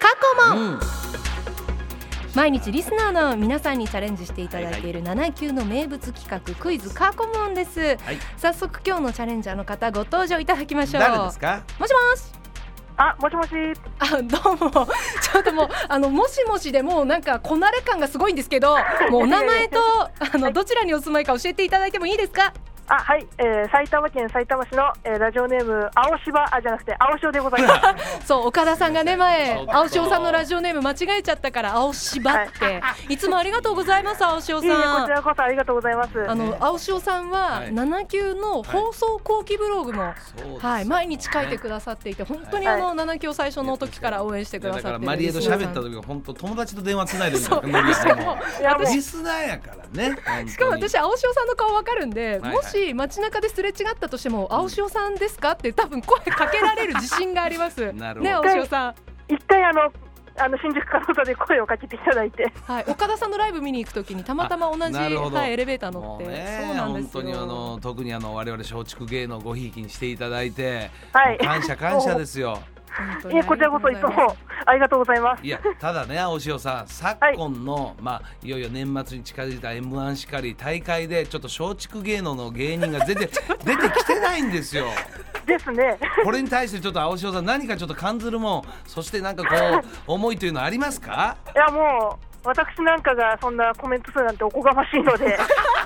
コモン、毎日リスナーの皆さんにチャレンジしていただいている7級の名物企画クイズカコモンです、早速今日のチャレンジャーの方ご登場いただきましょう。 誰ですか？ もしもし。 もしもし。 どうも。ちょっともうもしもしでもうなんかこなれ感がすごいんですけど、もうお名前とどちらにお住まいか教えていただいてもいいですか？ はい、埼玉県埼玉市の、ラジオネーム青柴じゃなくて青潮でございますそう、岡田さんがね前青潮さんのラジオネーム間違えちゃったから青柴って、いつもありがとうございます。青潮さん、 こちらこそありがとうございます。 青潮さんは7級の放送後期ブログも、毎日書いてくださっていて、本当に7級を最初の時から応援してくださってる。 だからマリエと喋った時は本当友達と電話つないでるみたいな。しかもリスナーやからね。 しかも私青潮さんの顔わかるんで、もし街中ですれ違ったとしても青潮さんですかって多分声かけられる自信がありますね。青潮さん一回新宿かどうかで声をかけていただいて、 岡田さんのライブ見に行くときにたまたま同じ、エレベーター乗って、そうなんですよ。 本当に特に我々松竹芸能ごひいきにしていただいて、感謝ですよ。 こちらこそいつもありがとうございます。 いやただね、青潮さん、昨今の、いよいよ年末に近づいた M1 しかり大会でちょっと松竹芸能の芸人が出てきてないんですよ。 ですね。 これに対してちょっと青潮さん、何かちょっと感ずるもん、そしてなんかこう思いというのはありますか？ いやもう私なんかがそんなコメントするなんておこがましいので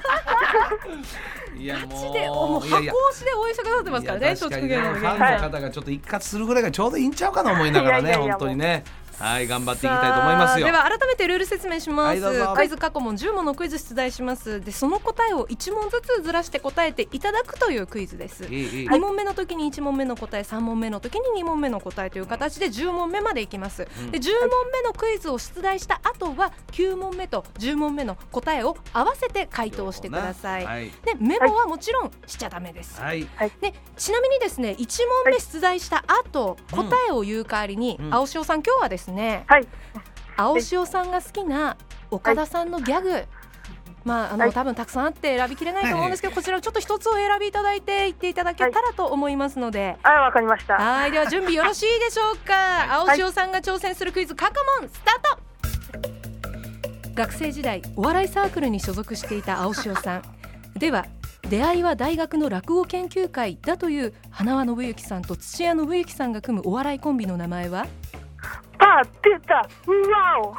いやもう箱推しで応援してくださってますからね。 確かにね、ファンの方がちょっと一括するぐらいがちょうどいいんちゃうかな思いながらね、本当にね、頑張っていきたいと思いますよ。 では改めてルール説明します。クイズ過去問10問のクイズ出題します。でその答えを1問ずつずらして答えていただくというクイズです。2問目の時に1問目の答え、3問目の時に2問目の答えという形で10問目までいきます。で10問目のクイズを出題した後は9問目と10問目の答えを合わせて回答してください。でメモはもちろんしちゃダメです。でちなみにですね、1問目出題した後、答えを言う代わりに、青潮さん今日はですね、青潮さんが好きな岡田さんのギャグ、多分たくさんあって選びきれないと思うんですけど、こちらをちょっと一つを選びいただいて言っていただけたらと思いますので。 わかりました。 では準備よろしいでしょうか？青潮さんが挑戦するクイズ過去問スタート。学生時代お笑いサークルに所属していた青潮さんでは、出会いは大学の落語研究会だという花輪信之さんと土屋信之さんが組むお笑いコンビの名前は？ 出た、わお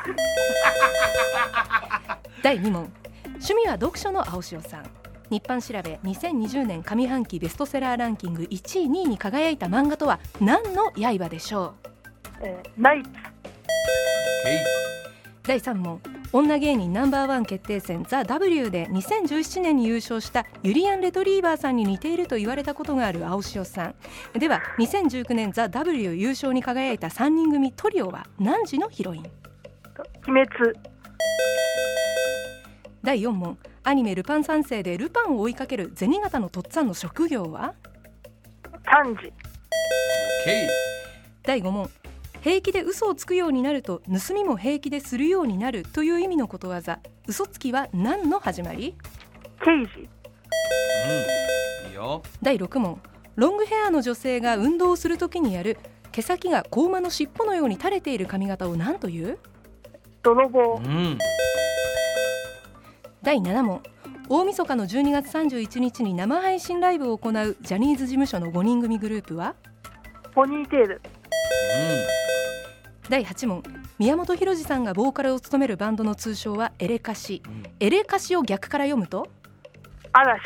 第2問、趣味は読書の青潮さん。日版調べ2020年上半期ベストセラーランキング1位2位に輝いた漫画とは何の刃でしょう？ナイツ。 第3問、女芸人ナンバーワン決定戦ザ・ W で2017年に優勝したユリアン・レトリーバーさんに似ていると言われたことがある青潮さんでは、2019年ザ・ W 優勝に輝いた3人組トリオは何時のヒロイン？ 鬼滅。 第4問、アニメルパン三世でルパンを追いかける銭形のとっつぁんの職業は？ 3時。 第5問、平気で嘘をつくようになると盗みも平気でするようになるという意味のことわざ、嘘つきは何の始まり？ 刑事。 いいよ。 第6問、ロングヘアの女性が運動をするときにやる毛先が子馬の尻尾のように垂れている髪型を何という？ 泥棒。 第7問、大晦日の12月31日に生配信ライブを行うジャニーズ事務所の5人組グループは？ ポニーテール。 第8問、宮本浩次さんがボーカルを務めるバンドの通称はエレカシ。エレカシを逆から読むと？ 嵐。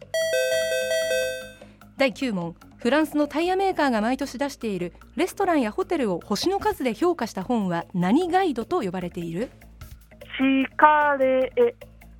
第9問、フランスのタイヤメーカーが毎年出しているレストランやホテルを星の数で評価した本は何ガイドと呼ばれている？ シカレエ。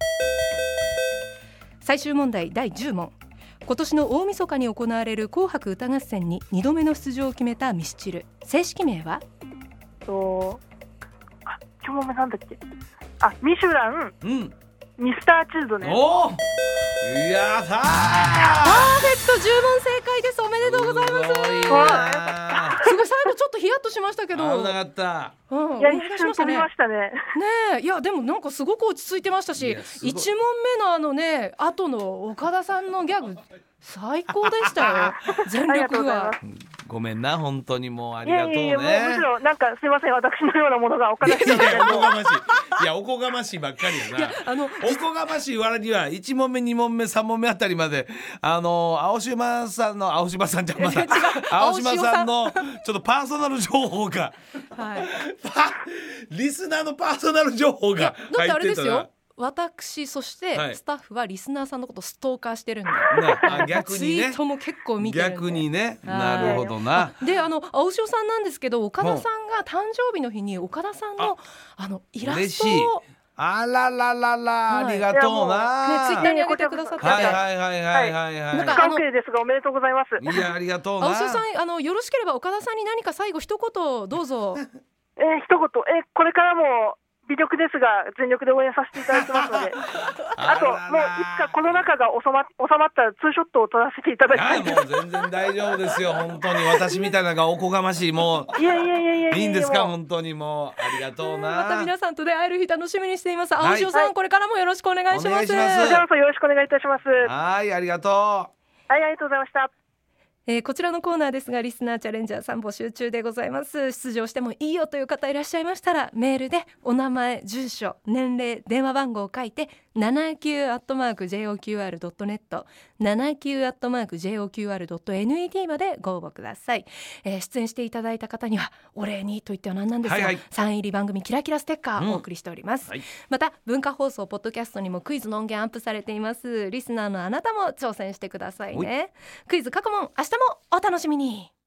最終問題第10問、今年の大晦日に行われる紅白歌合戦に2度目の出場を決めたミスチル、正式名は？ 今日もなんだっけ、ミシュラン、ミスターチルドね。 やったー、 パーフェクト、10問正解です。おめでとうございます。すごい、最後ちょっとヒヤッとしましたけど。 危なかった。 いや、一瞬飛びましたね。 いやでもなんかすごく落ち着いてましたし、1問目の後の岡田さんのギャグ最高でしたよ。全力はごめんな本当にもうありがとうね。 いやもうむしろなんかすいません、私のようなものがお金いやおこがましい、いやおこがましいばっかりやな。おこがましい割には1問目2問目3問目あたりまで青島さんの青島さんじゃまだ青島さんのちょっとパーソナル情報が、はい、リスナーのパーソナル情報が入ってたな。だってあれですよ、 私そしてスタッフはリスナーさんのことストーカーしてるんで、 逆にねツイートも結構見てるんで、 逆にね、なるほどな。 で青潮さんなんですけど、岡田さんが誕生日の日に岡田さんのイラストをあらららら、ありがとうな。 ツイッターに上げてくださって、 はいなんかですがおめでとうございます。 いやありがとうな。 青潮さんよろしければ岡田さんに何か最後一言どうぞ。 一言これからも微力ですが全力で応援させていただきますのであともういつかコロナ禍が収まったらツーショットを撮らせていただきたい。 もう全然大丈夫ですよ本当に。私みたいなのがおこがましい、もういいんですか本当に。もうありがとうな。 また皆さんと出会える日楽しみにしています。青潮さん、これからもよろしくお願いします。こちらこそよろしくお願いいたします。 はいありがとう。 はいありがとうございました。 こちらのコーナーですがリスナーチャレンジャーさん募集中でございます。出場してもいいよという方いらっしゃいましたらメールでお名前住所年齢電話番号を書いて79@joqr.net 79@joqr.net までご応募ください。出演していただいた方にはお礼にといっては何なんですが、サイン入り番組キラキラステッカーをお送りしております、また文化放送ポッドキャストにもクイズの音源アップされています。リスナーのあなたも挑戦してくださいね。クイズ過去問明日もお楽しみに。